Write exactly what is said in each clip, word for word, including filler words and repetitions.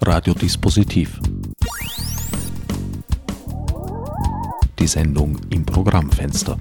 Radiodispositiv. Die Sendung im Programmfenster.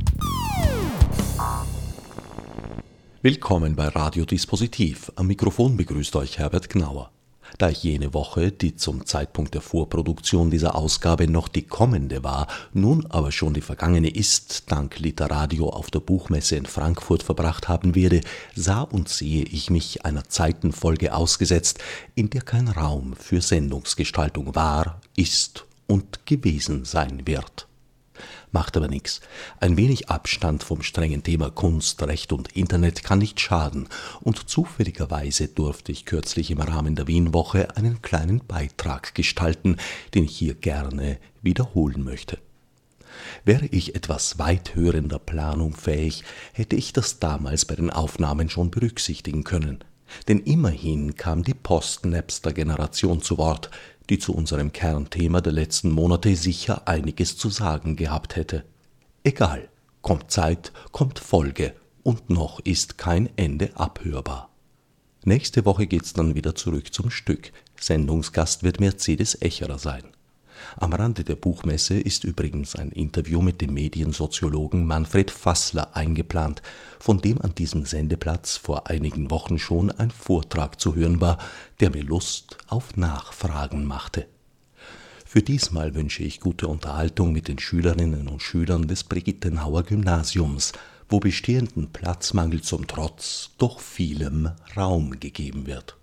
Willkommen bei Radiodispositiv. Am Mikrofon begrüßt euch Herbert Gnauer. Da ich jene Woche, die zum Zeitpunkt der Vorproduktion dieser Ausgabe noch die kommende war, nun aber schon die vergangene ist, dank Literadio auf der Buchmesse in Frankfurt verbracht haben werde, sah und sehe ich mich einer Zeitenfolge ausgesetzt, in der kein Raum für Sendungsgestaltung war, ist und gewesen sein wird. Macht aber nichts. Ein wenig Abstand vom strengen Thema Kunst, Recht und Internet kann nicht schaden, und zufälligerweise durfte ich kürzlich im Rahmen der Wienwoche einen kleinen Beitrag gestalten, den ich hier gerne wiederholen möchte. Wäre ich etwas weit hörender Planung fähig, hätte ich das damals bei den Aufnahmen schon berücksichtigen können. Denn immerhin kam die Post-Napster-Generation zu Wort, die zu unserem Kernthema der letzten Monate sicher einiges zu sagen gehabt hätte. Egal, kommt Zeit, kommt Folge, und noch ist kein Ende abhörbar. Nächste Woche geht's dann wieder zurück zum Stück. Sendungsgast wird Mercedes Echerer sein. Am Rande der Buchmesse ist übrigens ein Interview mit dem Mediensoziologen Manfred Fassler eingeplant, von dem an diesem Sendeplatz vor einigen Wochen schon ein Vortrag zu hören war, der mir Lust auf Nachfragen machte. Für diesmal wünsche ich gute Unterhaltung mit den Schülerinnen und Schülern des Brigittenauer Gymnasiums, wo bestehenden Platzmangel zum Trotz doch vielem Raum gegeben wird.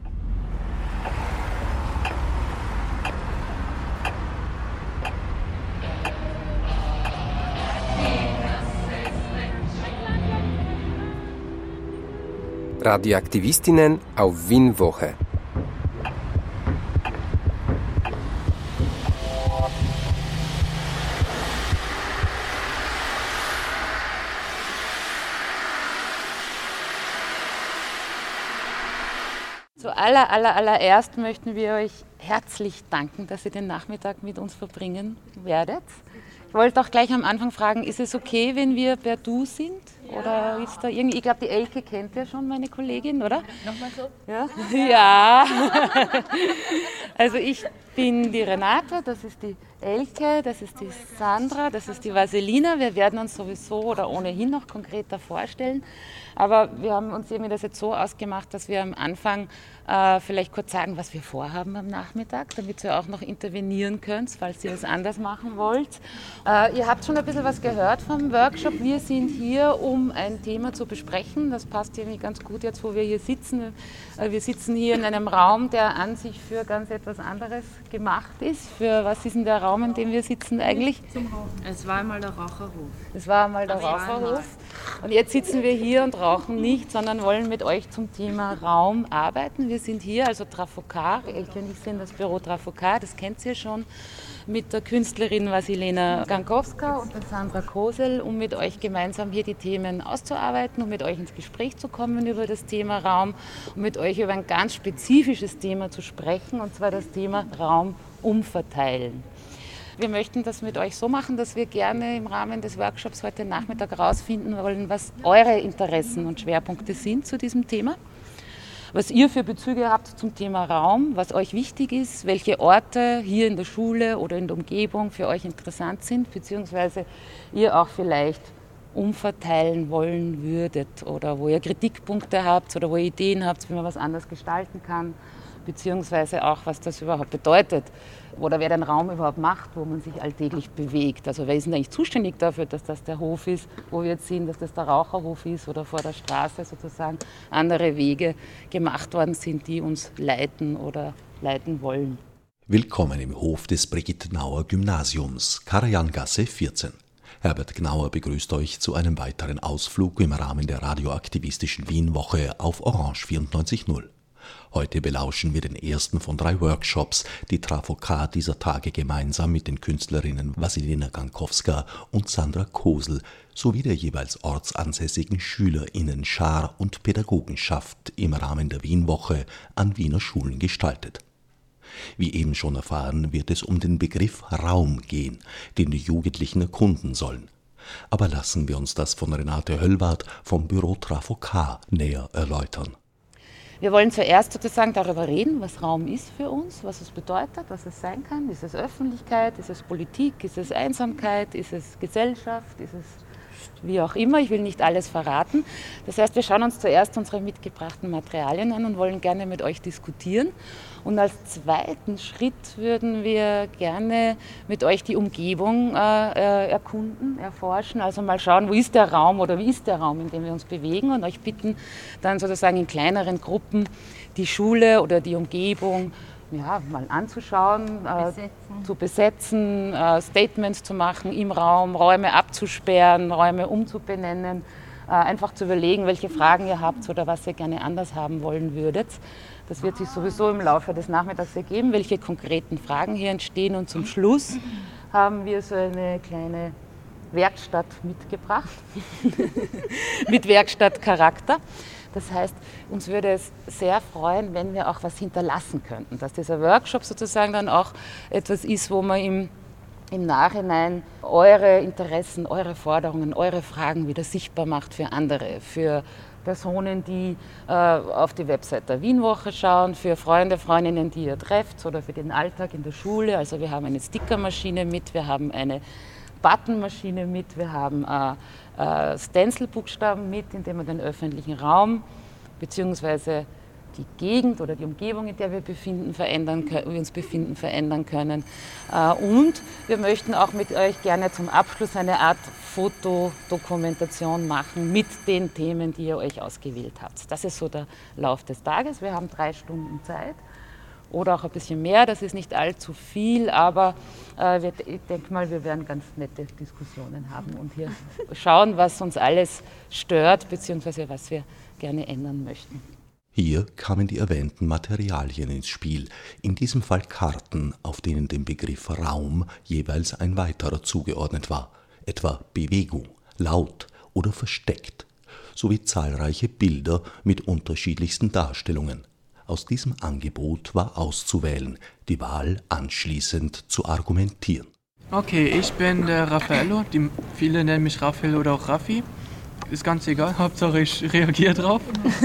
Radioaktivistinnen auf Wienwoche. Zuallererst aller, allererst möchten wir euch herzlich danken, dass ihr den Nachmittag mit uns verbringen werdet. Ich wollte auch gleich am Anfang fragen, ist es okay, wenn wir per Du sind? Oder ist da irgendwie, ich glaube, die Elke kennt ja schon meine Kollegin, oder? Nochmal so? Ja. Ja. Also ich bin die Renate, das ist die Elke, das ist die Sandra, das ist die Vaselina. Wir werden uns sowieso oder ohnehin noch konkreter vorstellen. Aber wir haben uns irgendwie das jetzt so ausgemacht, dass wir am Anfang äh, vielleicht kurz sagen, was wir vorhaben am Nachmittag, damit ihr auch noch intervenieren könnt, falls ihr es anders machen wollt. Äh, ihr habt schon ein bisschen was gehört vom Workshop. Wir sind hier, um ein Thema zu besprechen. Das passt irgendwie ganz gut jetzt, wo wir hier sitzen. Äh, wir sitzen hier in einem Raum, der an sich für ganz etwas anderes gemacht ist. Für was ist denn der Raum, in dem wir sitzen eigentlich? Zum Rauchen. Es war einmal der Raucherhof. Es war einmal der Raucherhof. Und jetzt sitzen wir hier und rauchen nicht, sondern wollen mit euch zum Thema Raum arbeiten. Wir sind hier, also Trafokar, Elke und ich sind das Büro Trafokar, das kennt ihr schon, mit der Künstlerin Vasilina Gankowska und der Sandra Kosel, um mit euch gemeinsam hier die Themen auszuarbeiten, um mit euch ins Gespräch zu kommen über das Thema Raum und mit euch über ein ganz spezifisches Thema zu sprechen, und zwar das Thema Raum umverteilen. Wir möchten das mit euch so machen, dass wir gerne im Rahmen des Workshops heute Nachmittag herausfinden wollen, was eure Interessen und Schwerpunkte sind zu diesem Thema, was ihr für Bezüge habt zum Thema Raum, was euch wichtig ist, welche Orte hier in der Schule oder in der Umgebung für euch interessant sind, beziehungsweise ihr auch vielleicht umverteilen wollen würdet oder wo ihr Kritikpunkte habt oder wo ihr Ideen habt, wie man was anders gestalten kann, beziehungsweise auch, was das überhaupt bedeutet oder wer den Raum überhaupt macht, wo man sich alltäglich bewegt. Also wer ist denn eigentlich zuständig dafür, dass das der Hof ist, wo wir jetzt sehen, dass das der Raucherhof ist oder vor der Straße sozusagen andere Wege gemacht worden sind, die uns leiten oder leiten wollen. Willkommen im Hof des Brigittenauer Gymnasiums, Karajangasse vierzehn. Herbert Gnauer begrüßt euch zu einem weiteren Ausflug im Rahmen der radioaktivistischen Wienwoche auf Orange vierundneunzig Komma null. Heute belauschen wir den ersten von drei Workshops, die Trafokar dieser Tage gemeinsam mit den Künstlerinnen Vasilina Gankowska und Sandra Kosel sowie der jeweils ortsansässigen SchülerInnen-Schar und Pädagogenschaft im Rahmen der Wienwoche an Wiener Schulen gestaltet. Wie eben schon erfahren, wird es um den Begriff Raum gehen, den die Jugendlichen erkunden sollen. Aber lassen wir uns das von Renate Höllwarth vom Büro Trafokar näher erläutern. Wir wollen zuerst sozusagen darüber reden, was Raum ist für uns, was es bedeutet, was es sein kann. Ist es Öffentlichkeit, ist es Politik, ist es Einsamkeit, ist es Gesellschaft, ist es wie auch immer. Ich will nicht alles verraten. Das heißt, wir schauen uns zuerst unsere mitgebrachten Materialien an und wollen gerne mit euch diskutieren. Und als zweiten Schritt würden wir gerne mit euch die Umgebung äh, erkunden, erforschen. Also mal schauen, wo ist der Raum oder wie ist der Raum, in dem wir uns bewegen, und euch bitten, dann sozusagen in kleineren Gruppen die Schule oder die Umgebung ja, mal anzuschauen, besetzen. Äh, zu besetzen, äh, Statements zu machen im Raum, Räume abzusperren, Räume umzubenennen, äh, einfach zu überlegen, welche Fragen ihr habt oder was ihr gerne anders haben wollen würdet. Das wird sich sowieso im Laufe des Nachmittags ergeben, welche konkreten Fragen hier entstehen. Und zum Schluss haben wir so eine kleine Werkstatt mitgebracht, mit Werkstattcharakter. Das heißt, uns würde es sehr freuen, wenn wir auch was hinterlassen könnten, dass dieser Workshop sozusagen dann auch etwas ist, wo man im, im Nachhinein eure Interessen, eure Forderungen, eure Fragen wieder sichtbar macht für andere, für Personen, die äh, auf die Website der Wienwoche schauen, für Freunde, Freundinnen, die ihr trefft, oder für den Alltag in der Schule. Also wir haben eine Stickermaschine mit, wir haben eine Buttonmaschine mit, wir haben äh, äh, Stencilbuchstaben mit, indem wir den öffentlichen Raum bzw. die Gegend oder die Umgebung, in der wir, befinden, verändern, wir uns befinden, verändern können. Äh, und wir möchten auch mit euch gerne zum Abschluss eine Art Fotodokumentation machen mit den Themen, die ihr euch ausgewählt habt. Das ist so der Lauf des Tages. Wir haben drei Stunden Zeit. Oder auch ein bisschen mehr, das ist nicht allzu viel, aber äh, wir, ich denke mal, wir werden ganz nette Diskussionen haben und hier schauen, was uns alles stört, beziehungsweise was wir gerne ändern möchten. Hier kamen die erwähnten Materialien ins Spiel, in diesem Fall Karten, auf denen dem Begriff Raum jeweils ein weiterer zugeordnet war, etwa Bewegung, laut oder versteckt, sowie zahlreiche Bilder mit unterschiedlichsten Darstellungen. Aus diesem Angebot war auszuwählen, die Wahl anschließend zu argumentieren. Okay, ich bin der Raffaello, die, viele nennen mich Raphael oder auch Raffi. Ist ganz egal, Hauptsache ich reagiere drauf.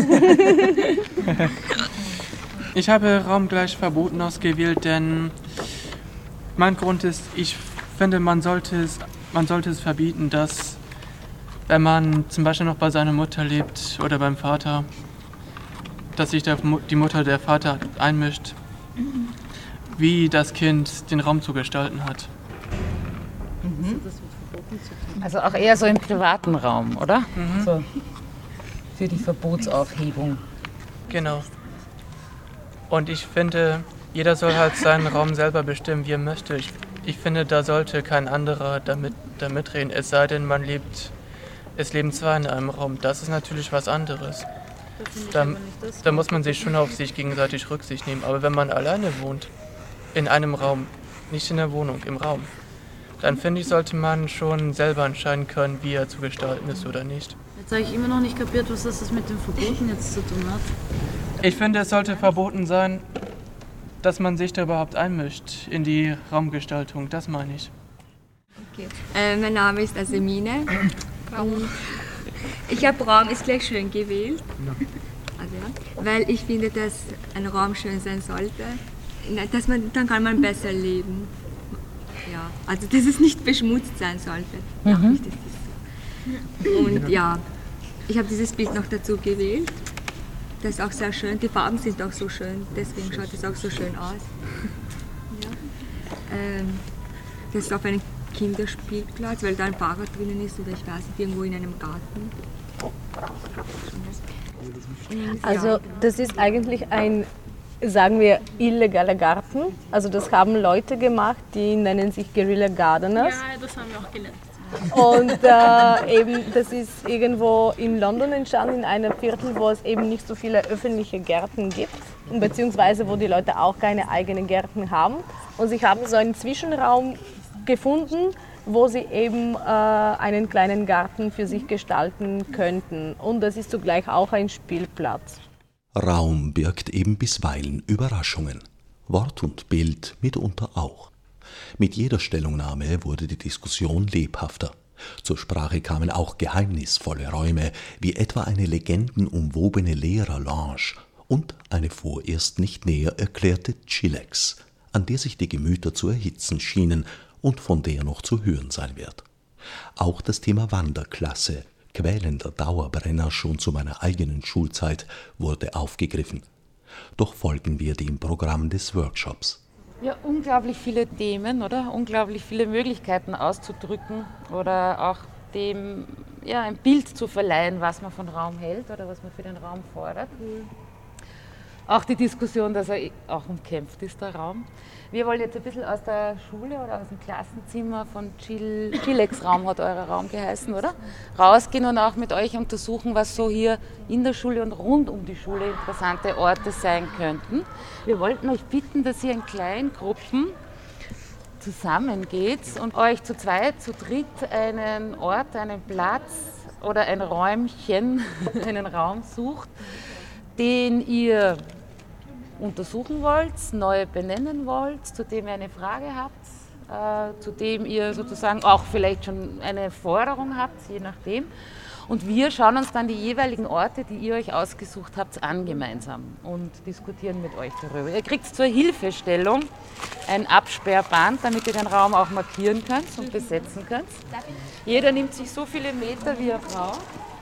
Ich habe Raum gleich verboten ausgewählt, denn mein Grund ist, ich finde, man sollte es, man sollte es verbieten, dass, wenn man zum Beispiel noch bei seiner Mutter lebt oder beim Vater, dass sich der, die Mutter, der Vater einmischt, wie das Kind den Raum zu gestalten hat. Mhm. Also auch eher so im privaten Raum, oder? Mhm. So für die Verbotsaufhebung. Genau. Und ich finde, jeder soll halt seinen Raum selber bestimmen, wie er möchte. Ich, ich finde, da sollte kein anderer damit, da mitreden, es sei denn, man lebt, es leben zwei in einem Raum. Das ist natürlich was anderes. Da, da muss man sich schon auf sich gegenseitig Rücksicht nehmen. Aber wenn man alleine wohnt, in einem Raum, nicht in der Wohnung, im Raum, dann finde ich, sollte man schon selber entscheiden können, wie er zu gestalten ist oder nicht. Jetzt habe ich immer noch nicht kapiert, was das mit den Verboten jetzt zu tun hat. Ich finde, es sollte verboten sein, dass man sich da überhaupt einmischt in die Raumgestaltung. Das meine ich. Okay. Äh, mein Name ist Asemine. Ich habe Raum ist gleich schön gewählt, also, ja, weil ich finde, dass ein Raum schön sein sollte. Dass man, dann kann man besser leben. Ja, also dass es nicht beschmutzt sein sollte. Mhm. Ja, nicht, dass das so. Und ja, ich habe dieses Bild noch dazu gewählt. Das ist auch sehr schön. Die Farben sind auch so schön, deswegen schaut es auch so schön aus. Ja. Ähm, das ist auf einem Kinderspielplatz, weil da ein Fahrrad drinnen ist oder ich weiß nicht, irgendwo in einem Garten. Also das ist eigentlich ein, sagen wir, illegaler Garten. Also das haben Leute gemacht, die nennen sich Guerilla Gardeners. Ja, das haben wir auch gelernt. Und äh, eben, das ist irgendwo in London entstanden, in einem Viertel, wo es eben nicht so viele öffentliche Gärten gibt, beziehungsweise wo die Leute auch keine eigenen Gärten haben. Und sie haben so einen Zwischenraum gefunden, wo sie eben äh, einen kleinen Garten für sich gestalten könnten. Und das ist zugleich auch ein Spielplatz. Raum birgt eben bisweilen Überraschungen. Wort und Bild mitunter auch. Mit jeder Stellungnahme wurde die Diskussion lebhafter. Zur Sprache kamen auch geheimnisvolle Räume, wie etwa eine legendenumwobene Lehrerlounge und eine vorerst nicht näher erklärte Chilex, an der sich die Gemüter zu erhitzen schienen und von der noch zu hören sein wird. Auch das Thema Wanderklasse, quälender Dauerbrenner schon zu meiner eigenen Schulzeit, wurde aufgegriffen. Doch folgen wir dem Programm des Workshops. Ja, unglaublich viele Themen, oder? Unglaublich viele Möglichkeiten auszudrücken oder auch dem ja, ein Bild zu verleihen, was man von Raum hält oder was man für den Raum fordert. Mhm. Auch die Diskussion, dass er auch umkämpft ist, der Raum. Wir wollen jetzt ein bisschen aus der Schule oder aus dem Klassenzimmer von Chill, Chilex-Raum, hat euer Raum geheißen, oder? Rausgehen und auch mit euch untersuchen, was so hier in der Schule und rund um die Schule interessante Orte sein könnten. Wir wollten euch bitten, dass ihr in kleinen Gruppen zusammengeht und euch zu zweit, zu dritt einen Ort, einen Platz oder ein Räumchen, einen Raum sucht, den ihr untersuchen wollt, neu benennen wollt, zu dem ihr eine Frage habt, äh, zu dem ihr sozusagen auch vielleicht schon eine Forderung habt, je nachdem. Und wir schauen uns dann die jeweiligen Orte, die ihr euch ausgesucht habt, an gemeinsam und diskutieren mit euch darüber. Ihr kriegt zur Hilfestellung ein Absperrband, damit ihr den Raum auch markieren könnt und besetzen könnt. Jeder nimmt sich so viele Meter, wie er braucht.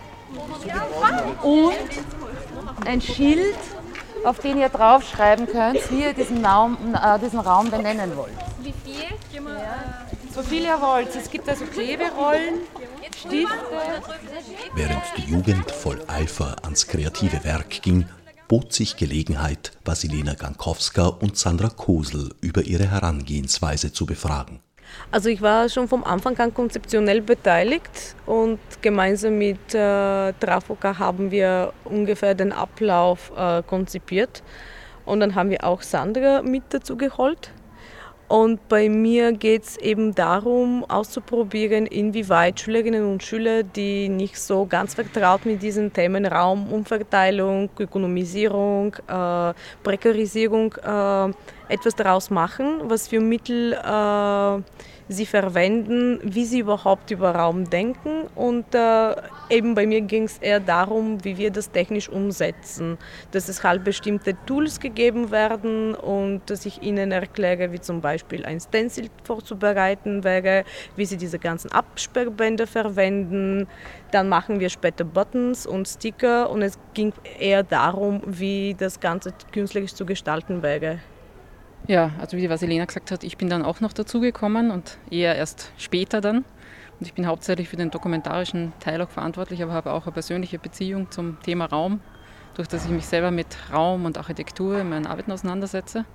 Und ein Schild, auf den ihr draufschreiben könnt, wie ihr diesen Raum, äh, diesen Raum benennen wollt. Wie viel? Ja. So viel ihr wollt. Es gibt also Kleberollen, Stifte. Während die Jugend voll Eifer ans kreative Werk ging, bot sich Gelegenheit, Vasilina Gankowska und Sandra Kosel über ihre Herangehensweise zu befragen. Also ich war schon vom Anfang an konzeptionell beteiligt und gemeinsam mit äh, Trafoka haben wir ungefähr den Ablauf äh, konzipiert und dann haben wir auch Sandra mit dazu geholt. Und bei mir geht es eben darum, auszuprobieren, inwieweit Schülerinnen und Schüler, die nicht so ganz vertraut mit diesen Themen Raumumverteilung, Ökonomisierung, äh, Prekarisierung, äh, etwas daraus machen, was für Mittel äh, sie verwenden, wie sie überhaupt über Raum denken. Und äh, eben bei mir ging es eher darum, wie wir das technisch umsetzen, dass es halt bestimmte Tools gegeben werden und dass ich ihnen erkläre, wie zum Beispiel ein Stencil vorzubereiten wäre, wie sie diese ganzen Absperrbänder verwenden. Dann machen wir später Buttons und Sticker und es ging eher darum, wie das Ganze künstlerisch zu gestalten wäre. Ja, also wie die Vasilina gesagt hat, ich bin dann auch noch dazugekommen und eher erst später dann. Und ich bin hauptsächlich für den dokumentarischen Teil auch verantwortlich, aber habe auch eine persönliche Beziehung zum Thema Raum, durch das ich mich selber mit Raum und Architektur in meinen Arbeiten auseinandersetze.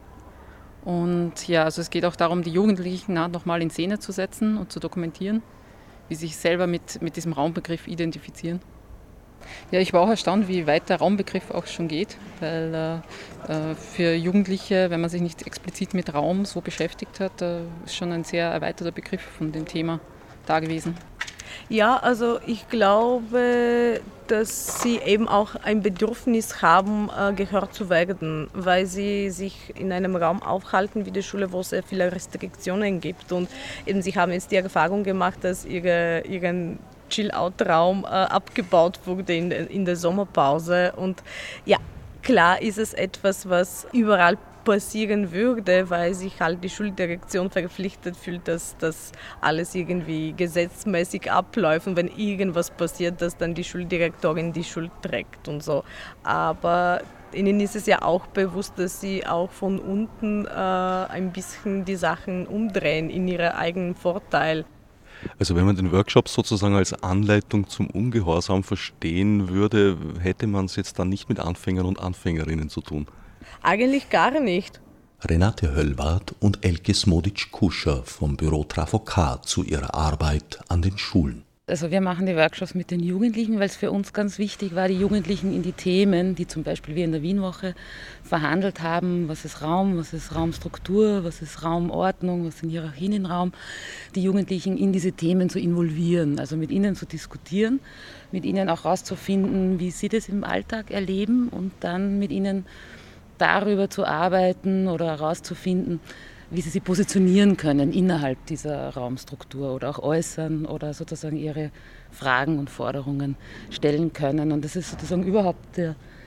Und ja, also es geht auch darum, die Jugendlichen nochmal in Szene zu setzen und zu dokumentieren, wie sie sich selber mit, mit diesem Raumbegriff identifizieren. Ja, ich war auch erstaunt, wie weit der Raumbegriff auch schon geht, weil äh, für Jugendliche, wenn man sich nicht explizit mit Raum so beschäftigt hat, äh, ist schon ein sehr erweiterter Begriff von dem Thema da gewesen. Ja, also ich glaube, dass sie eben auch ein Bedürfnis haben, äh, gehört zu werden, weil sie sich in einem Raum aufhalten wie die Schule, wo es sehr viele Restriktionen gibt. Und eben sie haben jetzt die Erfahrung gemacht, dass ihre, ihren Chill-Out-Raum äh, abgebaut wurde in, in der Sommerpause. Und ja, klar ist es etwas, was überall passieren würde, weil sich halt die Schuldirektion verpflichtet fühlt, dass das alles irgendwie gesetzmäßig abläuft und wenn irgendwas passiert, dass dann die Schuldirektorin die Schuld trägt und so. Aber ihnen ist es ja auch bewusst, dass sie auch von unten äh, ein bisschen die Sachen umdrehen in ihren eigenen Vorteil. Also wenn man den Workshop sozusagen als Anleitung zum Ungehorsam verstehen würde, hätte man es jetzt dann nicht mit Anfängern und Anfängerinnen zu tun? Eigentlich gar nicht. Renate Höllwarth und Elke Smodic-Kuscher vom Büro Trafocar zu ihrer Arbeit an den Schulen. Also wir machen die Workshops mit den Jugendlichen, weil es für uns ganz wichtig war, die Jugendlichen in die Themen, die zum Beispiel wir in der Wienwoche verhandelt haben, was ist Raum, was ist Raumstruktur, was ist Raumordnung, was sind Hierarchien im Raum, die Jugendlichen in diese Themen zu involvieren, also mit ihnen zu diskutieren, mit ihnen auch herauszufinden, wie sie das im Alltag erleben und dann mit ihnen darüber zu arbeiten oder herauszufinden, wie sie sich positionieren können innerhalb dieser Raumstruktur oder auch äußern oder sozusagen ihre Fragen und Forderungen stellen können. Und das ist sozusagen überhaupt der,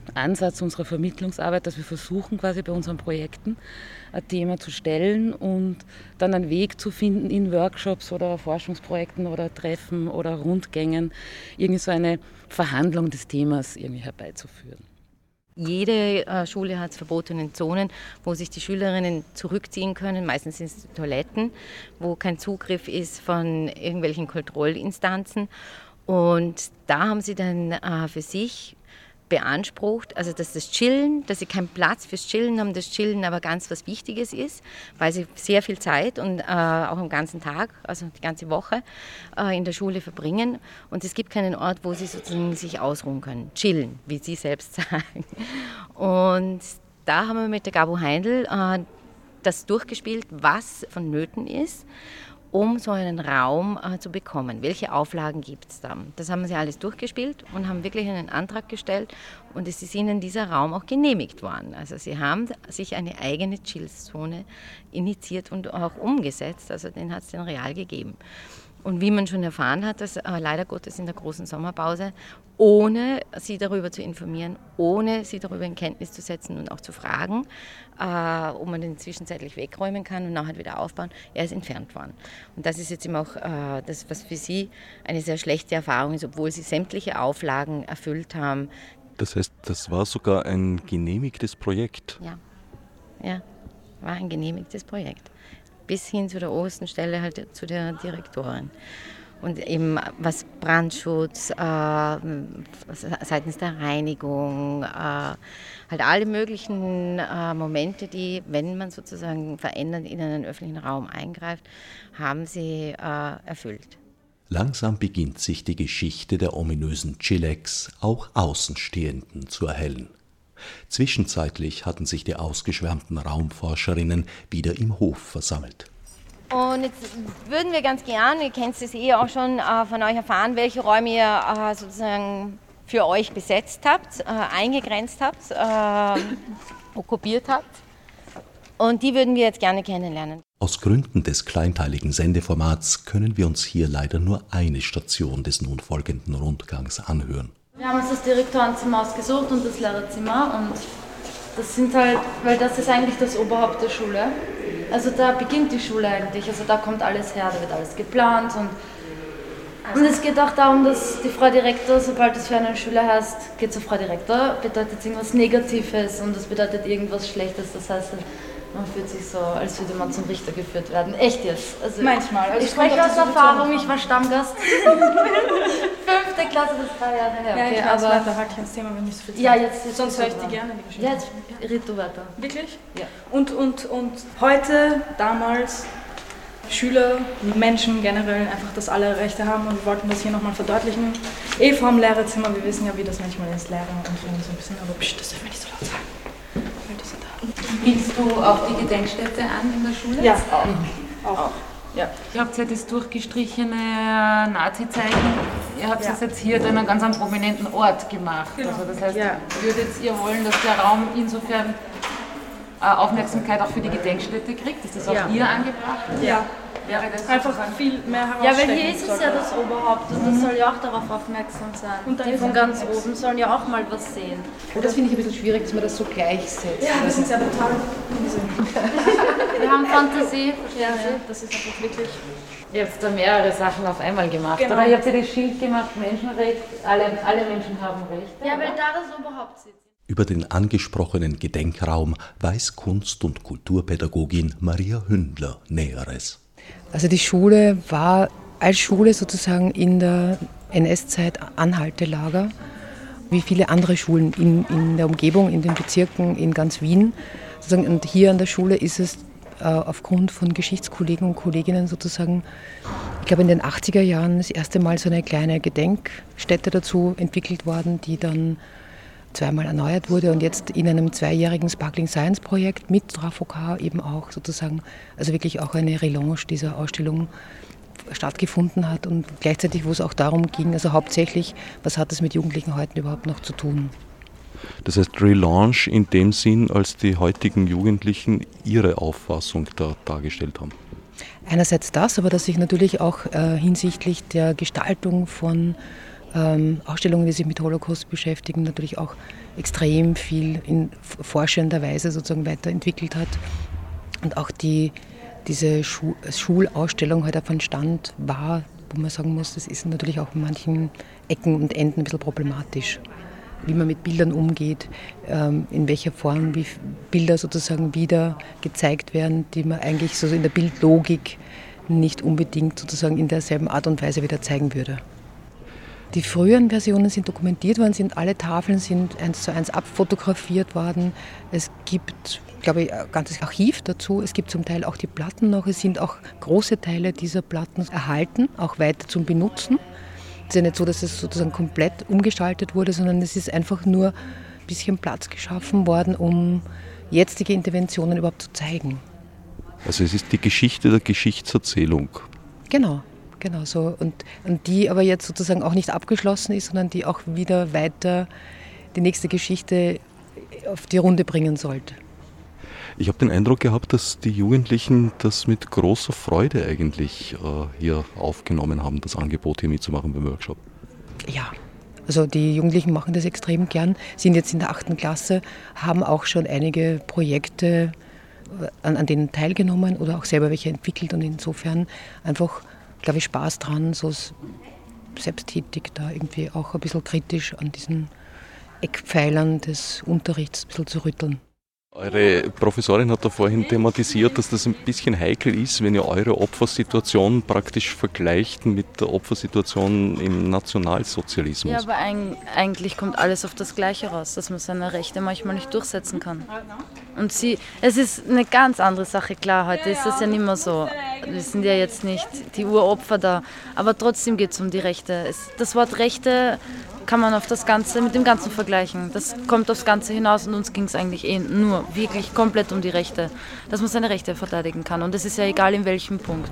Ansatz unserer Vermittlungsarbeit, dass wir versuchen, quasi bei unseren Projekten ein Thema zu stellen und dann einen Weg zu finden in Workshops oder Forschungsprojekten oder Treffen oder Rundgängen, irgendwie so eine Verhandlung des Themas irgendwie herbeizuführen. Jede äh, Schule hat verbotene Zonen, wo sich die Schülerinnen zurückziehen können. Meistens sind es Toiletten, wo kein Zugriff ist von irgendwelchen Kontrollinstanzen. Und da haben sie dann äh, für sich beansprucht, also dass das Chillen, dass sie keinen Platz fürs Chillen haben, das Chillen aber ganz was Wichtiges ist, weil sie sehr viel Zeit und äh, auch am ganzen Tag, also die ganze Woche äh, in der Schule verbringen und es gibt keinen Ort, wo sie sozusagen sich ausruhen können, chillen, wie sie selbst sagen. Und da haben wir mit der Gabo Heindl äh, das durchgespielt, was vonnöten ist, um so einen Raum äh, zu bekommen. Welche Auflagen gibt es da? Das haben sie alles durchgespielt und haben wirklich einen Antrag gestellt und es ist ihnen dieser Raum auch genehmigt worden. Also sie haben sich eine eigene Chillzone initiiert und auch umgesetzt, also den hat es den real gegeben. Und wie man schon erfahren hat, dass äh, leider Gottes in der großen Sommerpause, ohne sie darüber zu informieren, ohne sie darüber in Kenntnis zu setzen und auch zu fragen, äh, ob man den zwischenzeitlich wegräumen kann und nachher wieder aufbauen, er ist entfernt worden. Und das ist jetzt eben auch äh, das, was für sie eine sehr schlechte Erfahrung ist, obwohl sie sämtliche Auflagen erfüllt haben. Das heißt, das war sogar ein genehmigtes Projekt? Ja, ja, war ein genehmigtes Projekt. Bis hin zu der obersten Stelle, halt zu der Direktorin. Und eben was Brandschutz, äh, seitens der Reinigung, äh, halt alle möglichen äh, Momente, die, wenn man sozusagen verändernd in einen öffentlichen Raum eingreift, haben sie äh, erfüllt. Langsam beginnt sich die Geschichte der ominösen Chilex auch Außenstehenden zu erhellen. Zwischenzeitlich hatten sich die ausgeschwärmten Raumforscherinnen wieder im Hof versammelt. Und jetzt würden wir ganz gern, ihr kennt es eh auch schon, äh, von euch erfahren, welche Räume ihr äh, sozusagen für euch besetzt habt, äh, eingegrenzt habt, äh, okkupiert habt. Und die würden wir jetzt gerne kennenlernen. Aus Gründen des kleinteiligen Sendeformats können wir uns hier leider nur eine Station des nun folgenden Rundgangs anhören. Wir haben uns das Direktorenzimmer ausgesucht und das Lehrerzimmer und das sind halt, weil das ist eigentlich das Oberhaupt der Schule. Also da beginnt die Schule eigentlich, also da kommt alles her, da wird alles geplant und, und es geht auch darum, dass die Frau Direktor, sobald es für einen Schüler heißt, geht zur Frau Direktor, bedeutet irgendwas Negatives und das bedeutet irgendwas Schlechtes, das heißt, man fühlt sich so, als würde man zum Richter geführt werden. Echt jetzt. Also manchmal. Also ich spreche aus Erfahrung, ich war Stammgast. Fünfte Klasse, das drei Jahre her. Ja, okay, ich weiß, aber weiter, halt kein Thema, wenn ich so viel Zeit. Ja, jetzt, jetzt sonst höre ich die gerne, die Geschichte. Ja, jetzt red du weiter. Wirklich? Ja. Und, und, und heute, damals, Schüler, Menschen generell einfach, dass alle Rechte haben und wir wollten das hier nochmal verdeutlichen. Eh vom Lehrerzimmer, wir wissen ja, wie das manchmal ist, Lehrer und so ein bisschen, aber psch, das dürfen wir nicht so laut sagen. Bietest du auch die Gedenkstätte an in der Schule? Ja, auch. auch. Ja. Ihr habt ja das durchgestrichene Nazi-Zeichen, ihr habt ja. das jetzt hier an einem ganz prominenten Ort gemacht. Genau. Also das heißt, ja. würdet ihr wollen, dass der Raum insofern äh, Aufmerksamkeit auch für die Gedenkstätte kriegt? Ist das auch ja. hier angebracht? Ja. Wäre das einfach viel mehr herausstechen. Ja, weil hier ist es ja das Oberhaupt und das soll ja auch darauf aufmerksam sein. Und die von ganz oben sollen ja auch mal was sehen. Und das finde ich ein bisschen schwierig, dass man das so gleichsetzt. Ja, das ist ja total Wir haben Fantasie. Ja, das ist einfach wirklich... Ihr habt da mehrere Sachen auf einmal gemacht, genau. Oder? Ihr habt ja das Schild gemacht, Menschenrecht, alle, alle Menschen haben Rechte. Ja, weil da das Oberhaupt sitzt. Über den angesprochenen Gedenkraum weiß Kunst- und Kulturpädagogin Maria Hündler Näheres. Also die Schule war als Schule sozusagen in der N S-Zeit Anhaltelager, wie viele andere Schulen in, in der Umgebung, in den Bezirken, in ganz Wien. Und hier an der Schule ist es äh, aufgrund von Geschichtskollegen und Kolleginnen sozusagen, ich glaube in den achtziger Jahren das erste Mal so eine kleine Gedenkstätte dazu entwickelt worden, die dann zweimal erneuert wurde und jetzt in einem zweijährigen Sparkling Science Projekt mit Trafo-K eben auch sozusagen, also wirklich auch eine Relaunch dieser Ausstellung stattgefunden hat und gleichzeitig, wo es auch darum ging, also hauptsächlich, was hat es mit Jugendlichen heute überhaupt noch zu tun? Das heißt Relaunch in dem Sinn, als die heutigen Jugendlichen ihre Auffassung da dargestellt haben? Einerseits das, aber dass sich natürlich auch äh, hinsichtlich der Gestaltung von ähm, Ausstellungen, die sich mit Holocaust beschäftigen, natürlich auch extrem viel in forschender Weise sozusagen weiterentwickelt hat. Und auch die, diese Schu- Schulausstellung halt auf einem Stand war, wo man sagen muss, das ist natürlich auch in manchen Ecken und Enden ein bisschen problematisch. Wie man mit Bildern umgeht, ähm, in welcher Form wie Bilder sozusagen wieder gezeigt werden, die man eigentlich so in der Bildlogik nicht unbedingt sozusagen in derselben Art und Weise wieder zeigen würde. Die früheren Versionen sind dokumentiert worden, sind alle Tafeln sind eins zu eins abfotografiert worden. Es gibt, glaube ich, ein ganzes Archiv dazu. Es gibt zum Teil auch die Platten noch. Es sind auch große Teile dieser Platten erhalten, auch weiter zum Benutzen. Es ist ja nicht so, dass es sozusagen komplett umgestaltet wurde, sondern es ist einfach nur ein bisschen Platz geschaffen worden, um jetzige Interventionen überhaupt zu zeigen. Also es ist die Geschichte der Geschichtserzählung. Genau, genau so. Und, und die aber jetzt sozusagen auch nicht abgeschlossen ist, sondern die auch wieder weiter die nächste Geschichte auf die Runde bringen sollte. Ich habe den Eindruck gehabt, dass die Jugendlichen das mit großer Freude eigentlich äh, hier aufgenommen haben, das Angebot hier mitzumachen beim Workshop. Ja, also die Jugendlichen machen das extrem gern, sind jetzt in der achten Klasse, haben auch schon einige Projekte an, an denen teilgenommen oder auch selber welche entwickelt und insofern einfach, glaube ich, Spaß dran, so selbsttätig da irgendwie auch ein bisschen kritisch an diesen Eckpfeilern des Unterrichts ein bisschen zu rütteln. Eure Professorin hat da vorhin thematisiert, dass das ein bisschen heikel ist, wenn ihr eure Opfersituation praktisch vergleicht mit der Opfersituation im Nationalsozialismus. Ja, aber ein, eigentlich kommt alles auf das Gleiche raus, dass man seine Rechte manchmal nicht durchsetzen kann. Und sie, es ist eine ganz andere Sache, klar, heute ist das ja nicht mehr so. Wir sind ja jetzt nicht die Uropfer da, aber trotzdem geht es um die Rechte. Es, das Wort Rechte kann man auf das Ganze, mit dem Ganzen vergleichen. Das kommt aufs Ganze hinaus und uns ging es eigentlich eh nur wirklich komplett um die Rechte, dass man seine Rechte verteidigen kann und es ist ja egal in welchem Punkt.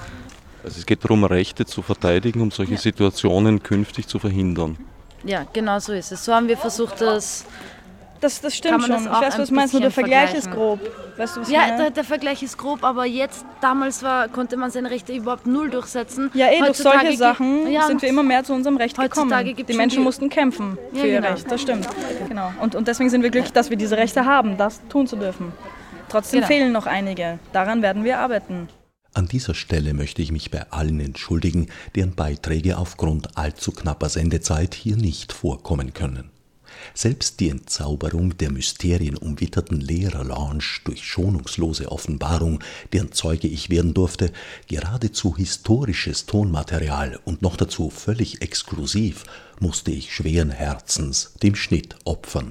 Also es geht darum, Rechte zu verteidigen, um solche ja. Situationen künftig zu verhindern. Ja, genau so ist es. So haben wir versucht, das... Das, das stimmt schon. Ich weiß, was du meinst, nur der Vergleich ist grob. Weißt du, was ja, der, der Vergleich ist grob, aber jetzt, damals war, konnte man seine Rechte überhaupt null durchsetzen. Ja, eh, durch solche Sachen ja, sind wir immer mehr zu unserem Recht gekommen. Die Menschen die mussten kämpfen für ja, ihr genau. Recht, das stimmt. Genau. Und, und deswegen sind wir glücklich, dass wir diese Rechte haben, das tun zu dürfen. Trotzdem genau. fehlen noch einige. Daran werden wir arbeiten. An dieser Stelle möchte ich mich bei allen entschuldigen, deren Beiträge aufgrund allzu knapper Sendezeit hier nicht vorkommen können. Selbst die Entzauberung der mysterienumwitterten Lehrer-Lounge durch schonungslose Offenbarung, deren Zeuge ich werden durfte, geradezu historisches Tonmaterial und noch dazu völlig exklusiv, musste ich schweren Herzens dem Schnitt opfern.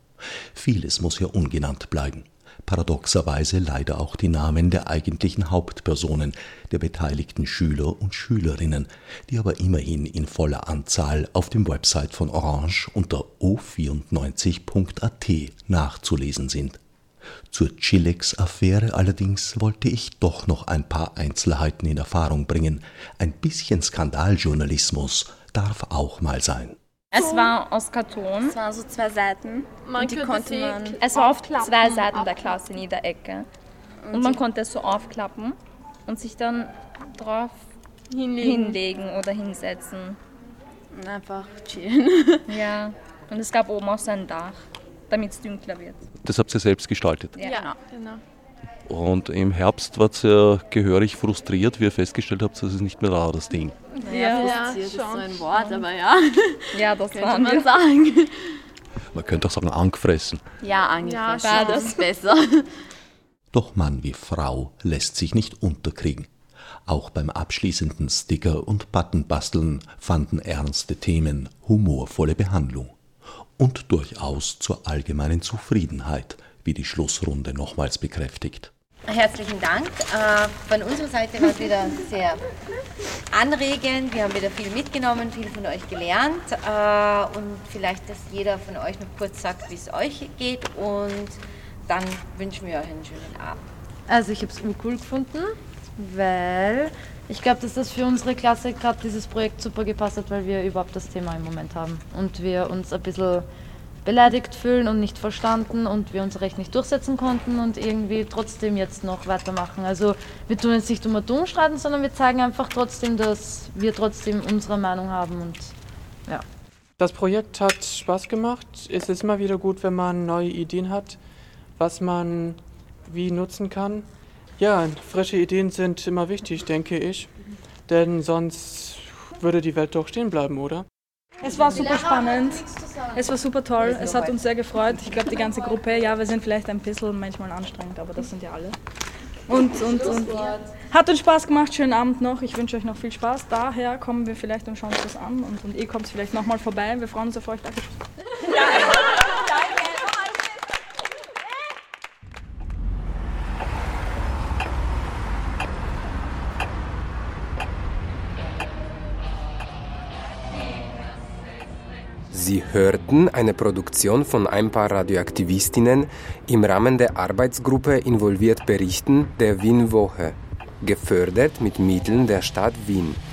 Vieles muss ja ungenannt bleiben. Paradoxerweise leider auch die Namen der eigentlichen Hauptpersonen, der beteiligten Schüler und Schülerinnen, die aber immerhin in voller Anzahl auf dem Website von Orange unter o vierundneunzig punkt a t nachzulesen sind. Zur Chilex-Affäre allerdings wollte ich doch noch ein paar Einzelheiten in Erfahrung bringen. Ein bisschen Skandaljournalismus darf auch mal sein. Es war aus Karton. Es waren so zwei Seiten. Man und die konnte man es war auf zwei Seiten der Klasse in jeder Ecke. Und, und man konnte es so aufklappen und sich dann drauf hinlegen, hinlegen oder hinsetzen. Und einfach chillen. Ja, und es gab oben auch so ein Dach, damit es dunkler wird. Das habt ihr selbst gestaltet? Ja, ja genau. Und im Herbst wart ihr gehörig frustriert, wie ihr festgestellt habt, dass es nicht mehr da, das Ding. Ja, ja, frustriert ist so ein Wort, aber ja. Ja, das könnte waren man wir. sagen. Man könnte auch sagen, angefressen. Ja, angefressen. Ja, das ist besser. Doch Mann wie Frau lässt sich nicht unterkriegen. Auch beim abschließenden Sticker- und Buttonbasteln fanden ernste Themen humorvolle Behandlung. Und durchaus zur allgemeinen Zufriedenheit, wie die Schlussrunde nochmals bekräftigt. Herzlichen Dank. Von unserer Seite war es wieder sehr anregend. Wir haben wieder viel mitgenommen, viel von euch gelernt. Und vielleicht, dass jeder von euch noch kurz sagt, wie es euch geht. Und dann wünschen wir euch einen schönen Abend. Also ich habe es urcool gefunden, weil ich glaube, dass das für unsere Klasse gerade dieses Projekt super gepasst hat, weil wir überhaupt das Thema im Moment haben. Und wir uns ein bisschen beleidigt fühlen und nicht verstanden und wir unser Recht nicht durchsetzen konnten und irgendwie trotzdem jetzt noch weitermachen. Also wir tun jetzt nicht um Atom streiten, sondern wir zeigen einfach trotzdem, dass wir trotzdem unsere Meinung haben und Ja. Das Projekt hat Spaß gemacht. Es ist immer wieder gut, wenn man neue Ideen hat, was man wie nutzen kann. Ja, frische Ideen sind immer wichtig, denke ich, denn sonst würde die Welt doch stehen bleiben, oder? Es war super spannend, es war super toll, es hat uns sehr gefreut. Ich glaube, die ganze Gruppe, ja, wir sind vielleicht ein bisschen manchmal anstrengend, aber das sind ja alle. Und, und, und hat uns Spaß gemacht, schönen Abend noch, ich wünsche euch noch viel Spaß. Daher kommen wir vielleicht und schauen uns das an und, und ihr kommt vielleicht nochmal vorbei. Wir freuen uns auf euch. Danke. Sie hörten eine Produktion von ein paar Radioaktivistinnen im Rahmen der Arbeitsgruppe Involviert berichten der Wien-Woche, gefördert mit Mitteln der Stadt Wien.